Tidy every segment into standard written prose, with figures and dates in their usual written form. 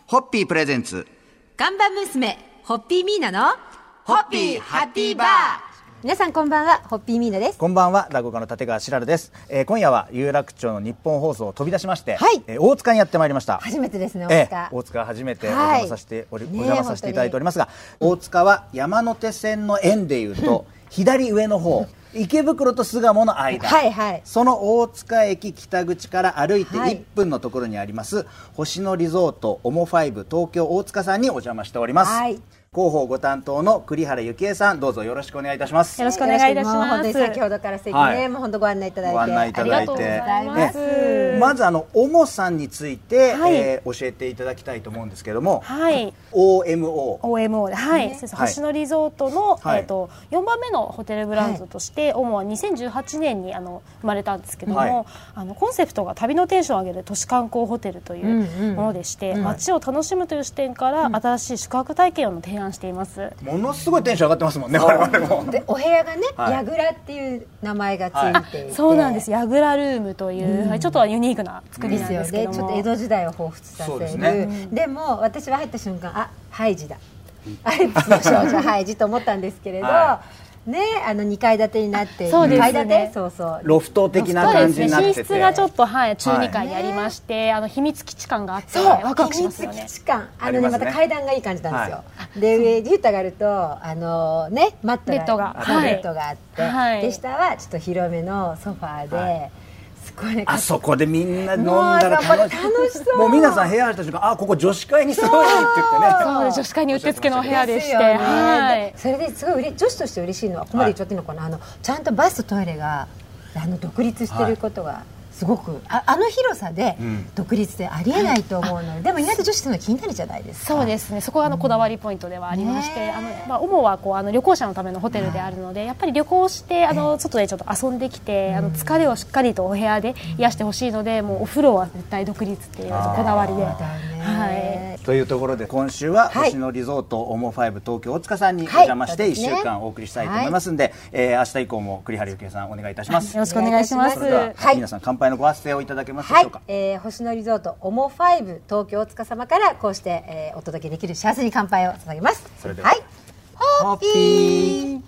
ホッピープレゼンツ看板娘ホッピーミーナのホッピーハッピーバー。 皆さんこんばんは、ホッピーミーナです。 こんばんは、落語家の立川しらるです。今夜は有楽町の日本放送を飛び出しまして、 はい大塚にやってまいりました。 初めてですね、大塚。 大塚初めておはい邪魔させて、お邪魔させていただいておりますが、大塚は山手線の円でいうと左上の方、池袋と巣鴨の間、 はいはい、 その大塚駅北口から歩いてはい 1分のところにあります、星野リゾートオモファイブ東京大塚さんにお邪魔しております。 はい、 広報ご担当の栗原幸恵さん、どうぞよろしくお願いいたします。 よろしくお願いいたします。 本当に先ほどから素敵ね、 はい、 もう本当ご案内いただいてご案内いただいてありがとうございます。 まずオモさんについて、 はい教えていただきたいと思うんですけれども、 はい、 OMO で、はい、星野リゾートの、 はい、 4番目のホテルブランドとして、オモは2018年に生まれたんですけども、はい、コンセプトが旅のテンションを上げる都市観光ホテルというものでして、街を楽しむという視点から新しい宿泊体験を提案しています。 ものすごいテンション上がってますもんね、我々も。 でお部屋がね、 はい、 やぐらっていう名前がついていて、 そうなんです。やぐらルームという、ちょっとユニークな作りなんですけども、 ちょっと江戸時代を彷彿させる。でも私は入った瞬間、あ、ハイジだ、アルプスの少女ハイジと思ったんですけれど、ね、2階建てになって2階建て、そうそう、 ロフト的な感じになってて、 寝室がちょっと、はい、中2階にありまして、秘密基地感があってワクワクしますよね。 秘密基地感、また階段がいい感じなんですよ。で、上に上がるとね、マットベッドがあって、で下はちょっと広めのソファーで、 あそこでみんな飲んだら楽しそう。もう皆さん部屋入った瞬間、あ、ここ女子会にすごいって言ってね。 そうです、女子会にうってつけの部屋でして、 はい、それですごい女子として嬉しいのは、ここまで言っちゃっていいのかな、ちゃんとバスとトイレが独立してることがすごく、あの広さで独立でありえないと思うので、でも意外と女子というのは気になるじゃないですか。 そうですね、そこがこだわりポイントではありまして、オモは旅行者のためのホテルであるので、やっぱり旅行して外でちょっと遊んできて、疲れをしっかりとお部屋で癒してほしいので、もうお風呂は絶対独立っていうこだわりで。はい、 というところで今週は星野リゾートオモファイブ東京大塚さんにお邪魔して1週間お送りしたいと思いますので、明日以降も栗原幸恵さんお願いいたします。 よろしくお願いします。 それでは皆さん乾杯のご発声をいただけますでしょうか。 星野リゾートオモファイブ東京大塚様からこうして、お届けできる幸せに乾杯を捧げます。 それでは、 ホッピー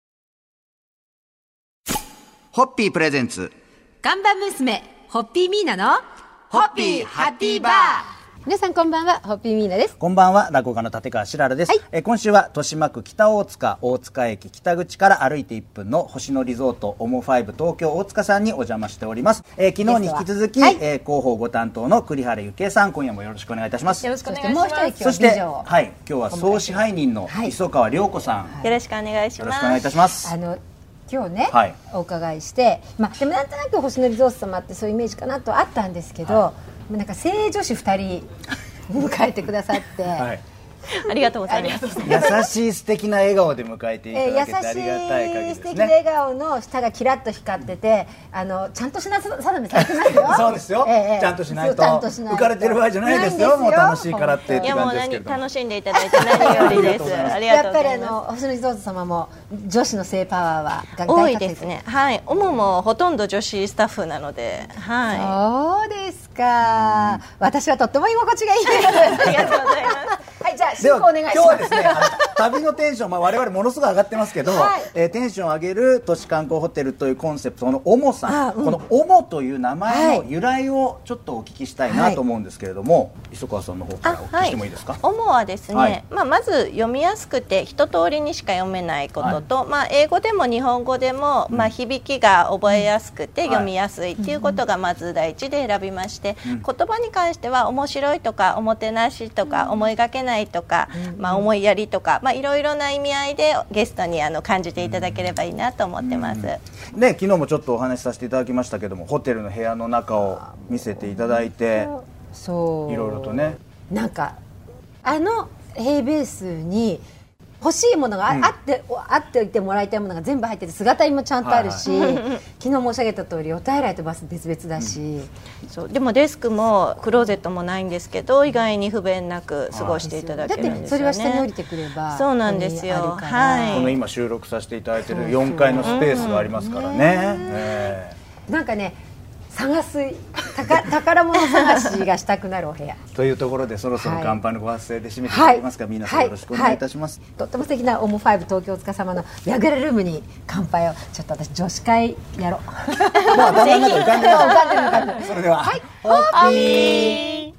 ホッピープレゼンツ看板娘ホッピーミーナのホッピーハッピーバー。 皆さんこんばんは、ホッピーミーナです。 こんばんは、落語家の立川しらるです。今週は豊島区北大塚大塚駅北口から歩いて1分の星野リゾートオモファイブ東京大塚さんにお邪魔しております。昨日に引き続き、広報ご担当の栗原幸恵さん、今夜もよろしくお願いいたします。 よろしくお願いします。 そして今日は総支配人の磯川涼子さん、 よろしくお願いします。 よろしくお願いいたします。 今日ね、お伺いして、でもなんとなく星野リゾート様ってそういうイメージかなとあったんですけど、なんか正女子2人迎えてくださって、 ありがとうございます。 優しい素敵な笑顔で迎えていただけてありがたい限りですね。 素敵な笑顔の下がキラッと光ってて、ちゃんとしなさだめされてますよ。 そうですよ、ちゃんとしないと浮かれてる場合じゃないですよ。もう楽しいからってって感じですけど、 楽しんでいただいて何よりです。ありがとうございます。 やっぱり星野リゾート様も女子の性パワーは多いですね。はい、オモもほとんど女子スタッフなので、 そうですか。私はとっても居心地がいいです。 ありがとうございます。 はい、じゃあ進行お願いします。 今日はですね、旅のテンション、我々ものすごい上がってますけど、テンションを上げる都市観光ホテルというコンセプトのオモさん、このオモという名前の由来をちょっとお聞きしたいなと思うんですけれども、磯川さんの方からお聞きしてもいいですか。 オモはですね、まず読みやすくて一通りにしか読めないことと、英語でも日本語でも、響きが覚えやすくて読みやすいっていうことがまず第一で選びまして、言葉に関しては面白いとかおもてなしとか思いがけないとか、思いやりとか、いろいろな意味合いでゲストに感じていただければいいなと思ってます。 ね、昨日もちょっとお話しさせていただきましたけども、ホテルの部屋の中を見せていただいて、そういろいろとね、なんか平ベースに欲しいものがあっておいてもらいたいものが全部入ってて、姿見もちゃんとあるし、昨日申し上げた通りお手洗いとバス別々だし、 そうでもデスクもクローゼットもないんですけど、意外に不便なく過ごしていただけるんですよね。 だってそれは下に降りてくれば、 そうなんですよ。 この今収録させていただいている4階のスペースがありますからね。 なんかね、探す宝物探しがしたくなるお部屋というところでそろそろ乾杯のご発声で締めていただけますか、皆さんよろしくお願いいたします。 とっても素敵なオモ5東京塚様のヤグラルームに乾杯をちょっと私女子会やろう。 もう頭の中浮かんでます。 浮かんでる浮かんでる。 それでは、 はい、 ホッピー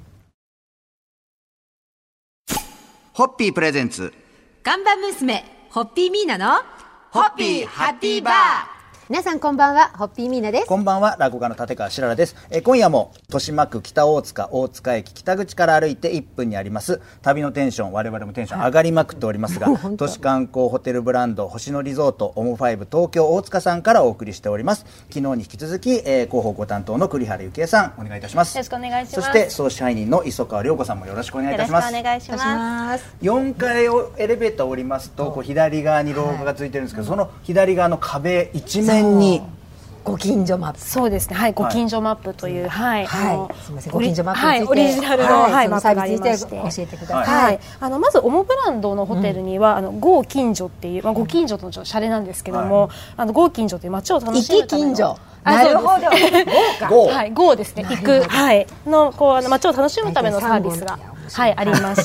ホッピープレゼンツ看板娘ホッピーミーナのホッピーハッピーバー。 皆さんこんばんは、ホッピーミーナです。 こんばんは、落語家の立川しららです。今夜も豊島区北大塚大塚駅北口から歩いて1分にあります旅のテンション、我々もテンション上がりまくっておりますが、都市観光ホテルブランド星野リゾートオモ5東京大塚さんからお送りしております。昨日に引き続き、広報ご担当の栗原幸恵さんお願いいたします。 よろしくお願いします。 そして総支配人の磯川涼子さんもよろしくお願いいたします。 よろしくお願いします。 4階をエレベーターを降りますと、こう左側に廊下がついてるんですけど、その左側の壁一面にご近所マップ。 そうですね、はい、ご近所マップという、はい、 すみません、ご近所マップについて、 オリジナルの、はい、マップがありまして、 教えてください。 はい、まずオモブランドのホテルには、ご近所っていう、ご近所のシャレなんですけども、ご近所という街を楽しむための、 近所。なるほど。 はい、ごですね、行く、はい、のこう街を楽しむためのサービスが。はい、ありまして、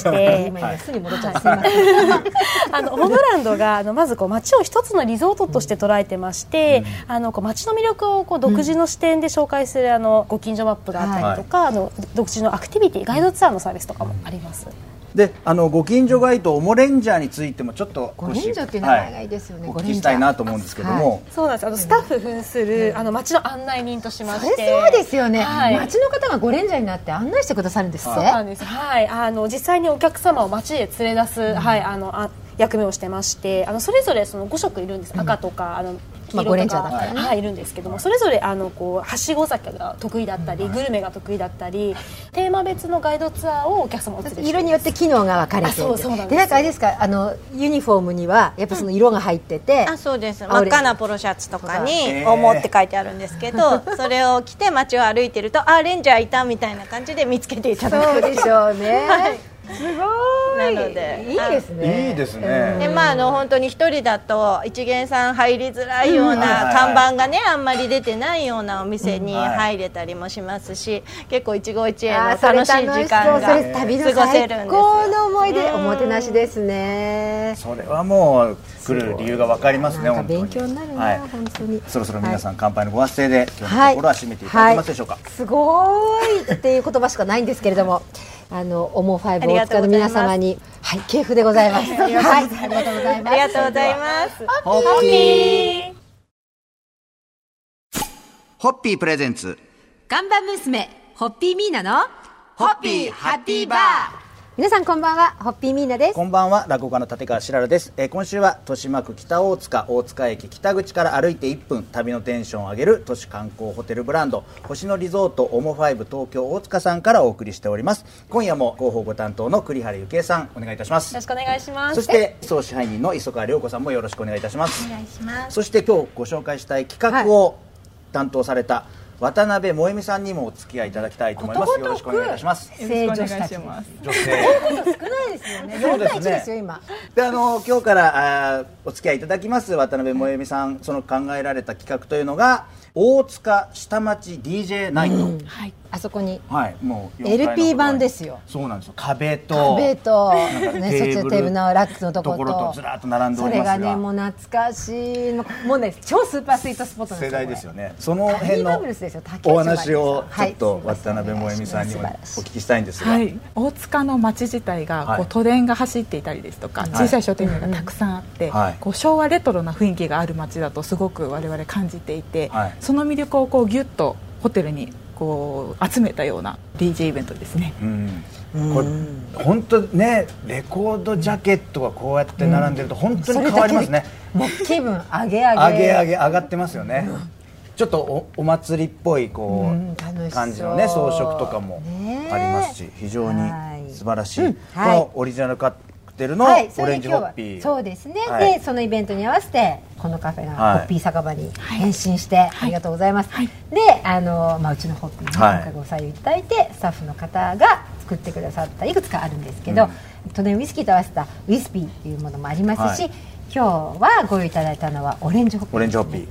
オモブランドがまずこう街を一つのリゾートとして捉えてまして、こう街の魅力をこう独自の視点で紹介するご近所マップがあったりとか、独自のアクティビティガイドツアーのサービスとかもあります。 で、ご近所ガイドオモレンジャーについてもちょっとご近所っていう名前がいいですよね。 お聞きしたいなと思うんですけども、 そうなんです。スタッフ扮する街の案内人としまして、 そうですよね。街の方がゴレンジャーになって案内してくださるんですって。 そうなんです。はい、実際にお客様を街へ連れ出す、はい、役目をしてまして、それぞれその5色いるんです。赤とか黄色とか、はい、いるんですけども、それぞれこうはしご酒が得意だったり、グルメが得意だったり、テーマ別のガイドツアーをお客様お連れして、 色によって機能が分かれている。 そうなんです。 で、なんかあれですか、ユニフォームにはやっぱその色が入ってて、 そうです。真っ赤なポロシャツとかに「オモ」って書いてあるんですけど、それを着て街を歩いてると、レンジャーいたみたいな感じで見つけていただく。 そうでしょうね。すごい。 なのでいいですね。 いいですね。 で、本当に一人だと一元さん入りづらいような看板がね、あんまり出てないようなお店に入れたりもしますし、結構一期一会の楽しい時間が過ごせるんです。 旅の最高の思い出、おもてなしですね。 それはもう来る理由が分かりますね。本当に勉強になるな、本当に。 そろそろ皆さん乾杯のご発声で今日のところは締めていただけますでしょうか。 すごいっていう言葉しかないんですけれども、オモ5大塚の皆様に、はい、系譜でございます。はい、ありがとうございます。 ありがとうございます。 ホッピー。 ホッピープレゼンツ看板娘ホッピーミーナのホッピーハッピーバー。 皆さんこんばんは、ホッピーミーナです。 こんばんは、落語家の立川しららです。今週は豊島区北大塚大塚駅北口から歩いて1分、旅のテンションを上げる都市観光ホテルブランド星野リゾートオモ5東京大塚さんからお送りしております。今夜も広報ご担当の栗原幸恵さんお願いいたします。 よろしくお願いします。 そして総支配人の磯川涼子さんもよろしくお願いいたします。 お願いします。 そして今日ご紹介したい企画を担当された渡辺萌美さんにもお付き合いいただきたいと思います。よろしくお願いいたします。 正女子たち。 女性。 少ないですよね。4対1ですよ今。 で、今日からお付き合いいただきます渡辺萌美さん、その考えられた企画というのが大塚下町 DJ ナイト。 はい。あそこに。 はい。もう LP 版ですよ。 そうなんですよ。壁とね、そっちのテーブルのラックのところとずらっと並んでおりますが、 それがね、もう懐かしい、もうね、超スーパースイートスポットなんですよ。 世代ですよね。その辺のお話をちょっと渡辺萌美さんにもお聞きしたいんですが、 はい、大塚の街自体がこう都電が走っていたりですとか、小さい商店街がたくさんあって、こう昭和レトロな雰囲気がある街だとすごく我々感じていて、その魅力をこうギュッとホテルにこう集めたような DJ イベントですね。 これ本当ね、レコードジャケットがこうやって並んでると本当に変わりますね。 もう気分上げ上がってますよね。ちょっと お祭りっぽいこう感じのね装飾とかもありますし、非常に素晴らしい、このオリジナルカクテルのオレンジホッピー、 そうですね、でそのイベントに合わせてこのカフェがホッピー酒場に変身して、ありがとうございます、でうちのホッピーに今回ご採用いただいて、スタッフの方が作ってくださったいくつかあるんですけど、都電ウイスキーと合わせたウイスピーっていうものもありますし、今日はご用意いただいたのはオレンジホッピー。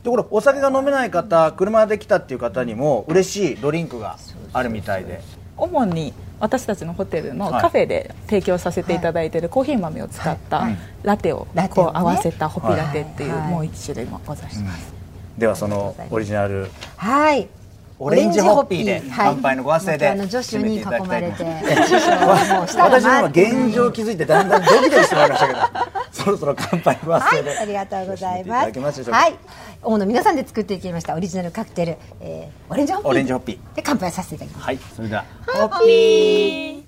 でこれお酒が飲めない方、車で来たっていう方にも嬉しいドリンクがあるみたいで、 主に私たちのホテルのカフェで提供させていただいているコーヒー豆を使ったラテをこう合わせたホッピーラテっていうもう一種類もございます。 ではそのオリジナルはいオレンジホッピーで乾杯のご発声で女子4人囲まれて私も現状気づいてだんだんドキドキしてまいりましたけどそろそろ乾杯のご発声で、 ありがとうございます。はい、大野皆さんで作っていきましたオリジナルカクテル、オレンジホッピーで乾杯させていただきます。 はい、それではホッピー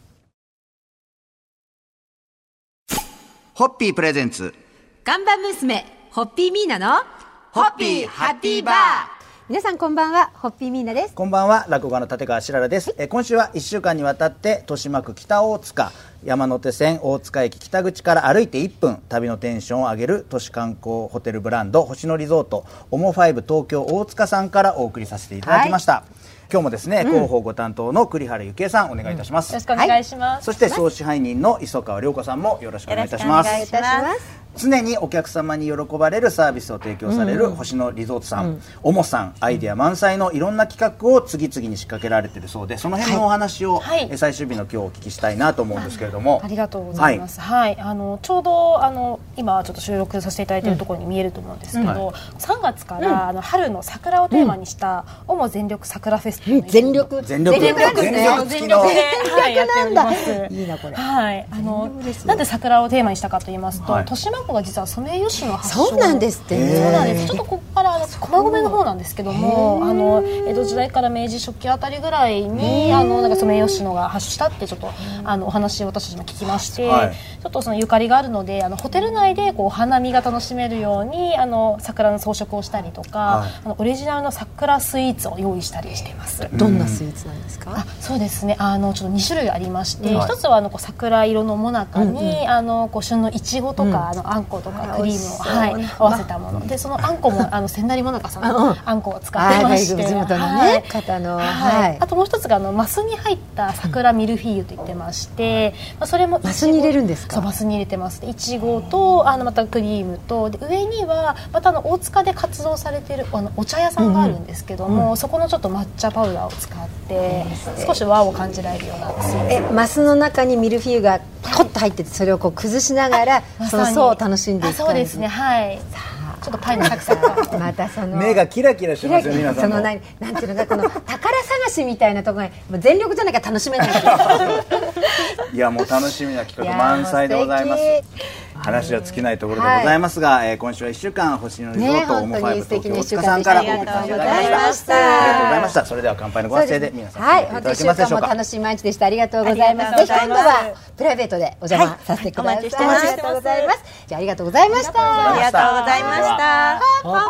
ホッピープレゼンツ看板娘ホッピーミーナのホッピーハッピーバー。 皆さんこんばんは、ホッピーミーナです。 こんばんは、落語家の立川しららです。今週は1週間にわたって豊島区北大塚山手線大塚駅北口から歩いて1分、旅のテンションを上げる都市観光ホテルブランド星野リゾートオモファイブ東京大塚さんからお送りさせていただきました。今日もですね、広報ご担当の栗原幸恵さんお願いいたします。 よろしくお願いします。 そして総支配人の磯川涼子さんもよろしくお願いいたします。常にお客様に喜ばれるサービスを提供される星野リゾートさん、オモさん、アイデア満載のいろんな企画を次々に仕掛けられているそうで、その辺のお話を、最終日の今日お聞きしたいなと思うんですけれども。 ありがとうございます。はい、ちょうど今ちょっと収録させていただいているところに見えると思うんですけど、3月から春の桜をテーマにしたオモ全力桜フェスティバル、 全力付きのやっております。 いいなこれ。 はい、なんで桜をテーマにしたかと言いますと、豊島区が実はソメイヨシノ発祥。 そうなんですってね。 そうなんです。ちょっとここから駒込の方なんですけども、江戸時代から明治初期あたりぐらいになんかソメイヨシノが発したってちょっとお話を私たちも聞きまして、ちょっとそのゆかりがあるのでホテル内でこうお花見が楽しめるように桜の装飾をしたりとか、オリジナルの桜スイーツを用意したりしています。 どんなスイーツなんですか？ そうですね。ちょっと2種類ありまして、一つは桜色のもなかにこう旬のいちごとかあんことかクリームを合わせたもので、そのあんこも千成もなかさんのあんこを使ってまして、 地元のね方の、 あともう一つがマスに入った桜ミルフィーユと言ってまして、それもマスに入れるんですか？ そう、マスに入れてます。いちごとまたクリームと、で上にはまた大塚で活動されているお茶屋さんがあるんですけども、そこのちょっと抹茶パウダーを使って少し和を感じられるようなスイーツ。 マスの中にミルフィーユがコッと入ってて、それをこう崩しながらその層を楽しんでいく感じ。 そうですね、はい。ちょっとパイのサクサクがまたその目がキラキラしてますよ皆さんの。 なんていうのか、この宝探しみたいなところに全力じゃなきゃ楽しめない。 いや、もう楽しみな企画満載でございます。話は尽きないところでございますが、今週は1週間星野リゾートオモファイブ東京大塚さんからお送りさせていただきました。ありがとうございました。それでは乾杯のご発声で皆さんはい、本当に1週間も楽しい毎日でした。ありがとうございます。ぜひ今度はプライベートでお邪魔させてください。ありがとうございます。じゃあありがとうございました。 ありがとうございました。